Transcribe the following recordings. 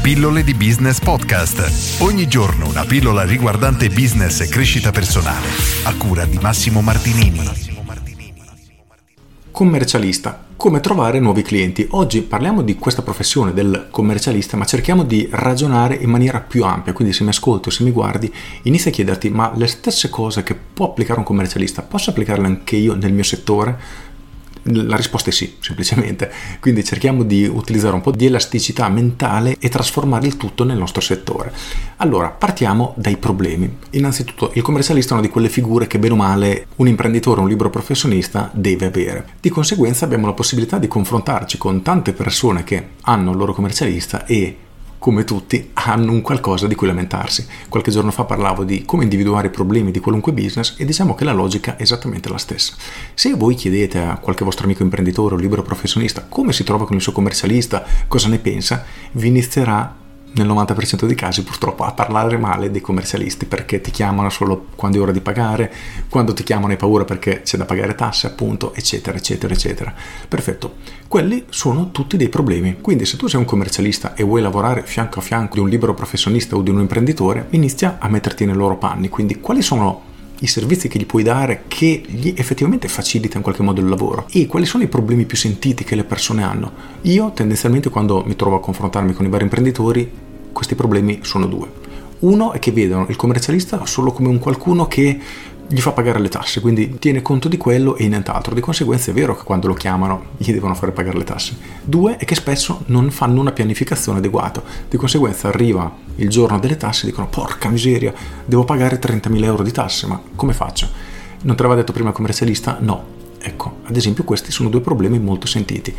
Pillole di Business Podcast. Ogni giorno una pillola riguardante business e crescita personale. A cura di Massimo Martinini. Commercialista. Come trovare nuovi clienti? Oggi parliamo di questa professione del commercialista, ma cerchiamo di ragionare in maniera più ampia. Quindi se mi ascolti o se mi guardi, inizia a chiederti: ma le stesse cose che può applicare un commercialista, posso applicarle anche io nel mio settore? La risposta è sì, semplicemente. Quindi cerchiamo di utilizzare un po' di elasticità mentale e trasformare il tutto nel nostro settore. Allora, partiamo dai problemi. Innanzitutto, il commercialista è una di quelle figure che bene o male un imprenditore, un libero professionista deve avere. Di conseguenza abbiamo la possibilità di confrontarci con tante persone che hanno il loro commercialista e, come tutti, hanno un qualcosa di cui lamentarsi. Qualche giorno fa parlavo di come individuare i problemi di qualunque business e diciamo che la logica è esattamente la stessa. Se voi chiedete a qualche vostro amico imprenditore o libero professionista come si trova con il suo commercialista, cosa ne pensa, vi inizierà nel 90% dei casi purtroppo a parlare male dei commercialisti, perché ti chiamano solo quando è ora di pagare, quando ti chiamano hai paura perché c'è da pagare tasse, appunto, eccetera eccetera eccetera. Perfetto, quelli sono tutti dei problemi. Quindi se tu sei un commercialista e vuoi lavorare fianco a fianco di un libero professionista o di un imprenditore, inizia a metterti nei loro panni. Quindi quali sono i servizi che gli puoi dare che gli effettivamente facilita in qualche modo il lavoro e quali sono i problemi più sentiti che le persone hanno. Io tendenzialmente, quando mi trovo a confrontarmi con i vari imprenditori, questi problemi sono due. Uno è che vedono il commercialista solo come un qualcuno che gli fa pagare le tasse, quindi tiene conto di quello e nient'altro. Di conseguenza è vero che quando lo chiamano gli devono fare pagare le tasse. Due è che spesso non fanno una pianificazione adeguata. Di conseguenza arriva il giorno delle tasse e dicono: porca miseria, devo pagare 30.000 euro di tasse, ma come faccio? Non te l'aveva detto prima il commercialista? No. Ecco, ad esempio questi sono due problemi molto sentiti.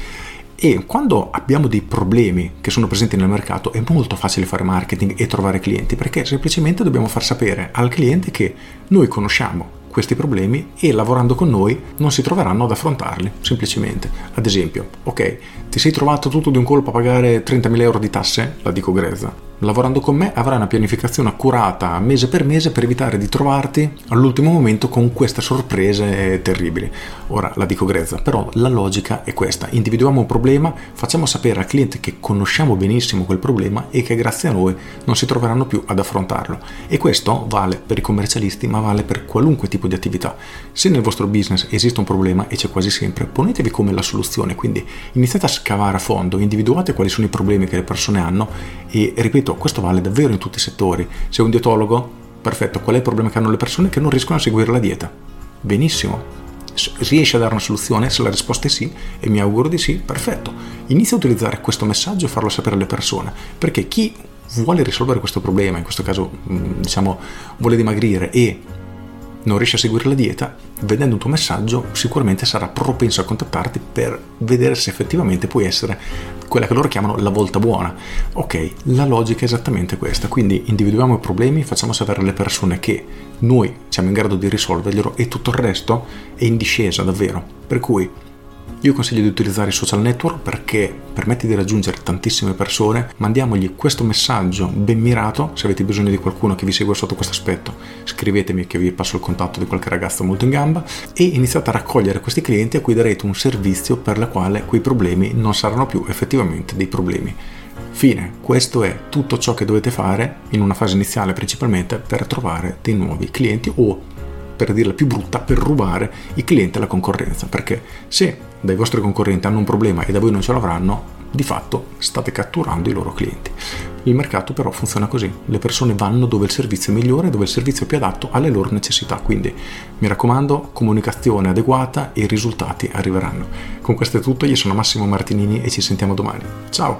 E quando abbiamo dei problemi che sono presenti nel mercato è molto facile fare marketing e trovare clienti, perché semplicemente dobbiamo far sapere al cliente che noi conosciamo questi problemi e lavorando con noi non si troveranno ad affrontarli, semplicemente. Ad esempio, ok, ti sei trovato tutto di un colpo a pagare 30.000 euro di tasse? La dico grezza. Lavorando con me avrai una pianificazione accurata mese per mese per evitare di trovarti all'ultimo momento con queste sorprese terribili. Ora la dico grezza, però la logica è questa: individuiamo un problema, facciamo sapere al cliente che conosciamo benissimo quel problema e che grazie a noi non si troveranno più ad affrontarlo. E questo vale per i commercialisti, ma vale per qualunque tipo di attività. Se nel vostro business esiste un problema, e c'è quasi sempre, ponetevi come la soluzione. Quindi iniziate a scavare a fondo, individuate quali sono i problemi che le persone hanno e, ripeto, questo vale davvero in tutti i settori. Sei un dietologo? Perfetto, qual è il problema che hanno le persone? Che non riescono a seguire la dieta. Benissimo. Riesci a dare una soluzione? Se la risposta è sì, e mi auguro di sì, perfetto. Inizia a utilizzare questo messaggio e farlo sapere alle persone, perché chi vuole risolvere questo problema, in questo caso diciamo vuole dimagrire e non riesce a seguire la dieta, vedendo un tuo messaggio sicuramente sarà propenso a contattarti per vedere se effettivamente puoi essere quella che loro chiamano la volta buona. Ok, la logica è esattamente questa. Quindi individuiamo i problemi, facciamo sapere alle persone che noi siamo in grado di risolverglielo e tutto il resto è in discesa davvero. Per cui io consiglio di utilizzare i social network perché permette di raggiungere tantissime persone. Mandiamogli questo messaggio ben mirato. Se avete bisogno di qualcuno che vi segue sotto questo aspetto, scrivetemi che vi passo il contatto di qualche ragazzo molto in gamba e iniziate a raccogliere questi clienti a cui darete un servizio per la quale quei problemi non saranno più effettivamente dei problemi. Fine. Questo è tutto ciò che dovete fare in una fase iniziale, principalmente per trovare dei nuovi clienti o, per dirla più brutta, per rubare i clienti alla concorrenza, perché se dai vostri concorrenti hanno un problema e da voi non ce l'avranno, di fatto state catturando i loro clienti. Il mercato però funziona così: le persone vanno dove il servizio è migliore, dove il servizio è più adatto alle loro necessità. Quindi mi raccomando, comunicazione adeguata e i risultati arriveranno. Con questo è tutto, io sono Massimo Martinini e ci sentiamo domani. Ciao!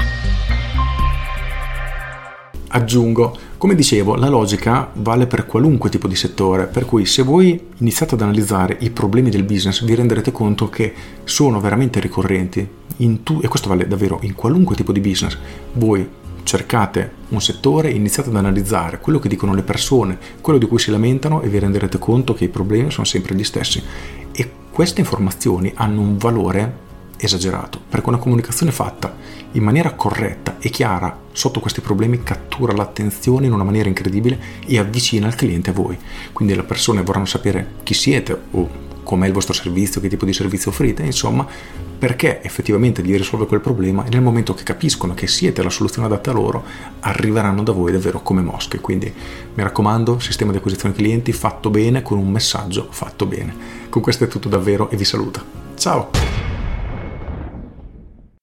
Aggiungo, come dicevo, la logica vale per qualunque tipo di settore, per cui se voi iniziate ad analizzare i problemi del business vi renderete conto che sono veramente ricorrenti e questo vale davvero in qualunque tipo di business. Voi cercate un settore, iniziate ad analizzare quello che dicono le persone, quello di cui si lamentano e vi renderete conto che i problemi sono sempre gli stessi e queste informazioni hanno un valore esagerato, perché una comunicazione fatta in maniera corretta e chiara sotto questi problemi cattura l'attenzione in una maniera incredibile e avvicina il cliente a voi. Quindi le persone vorranno sapere chi siete o com'è il vostro servizio, che tipo di servizio offrite, insomma, perché effettivamente gli risolve quel problema, e nel momento che capiscono che siete la soluzione adatta a loro, arriveranno da voi davvero come mosche. Quindi mi raccomando, sistema di acquisizione clienti fatto bene, con un messaggio fatto bene. Con questo è tutto davvero e vi saluto. Ciao!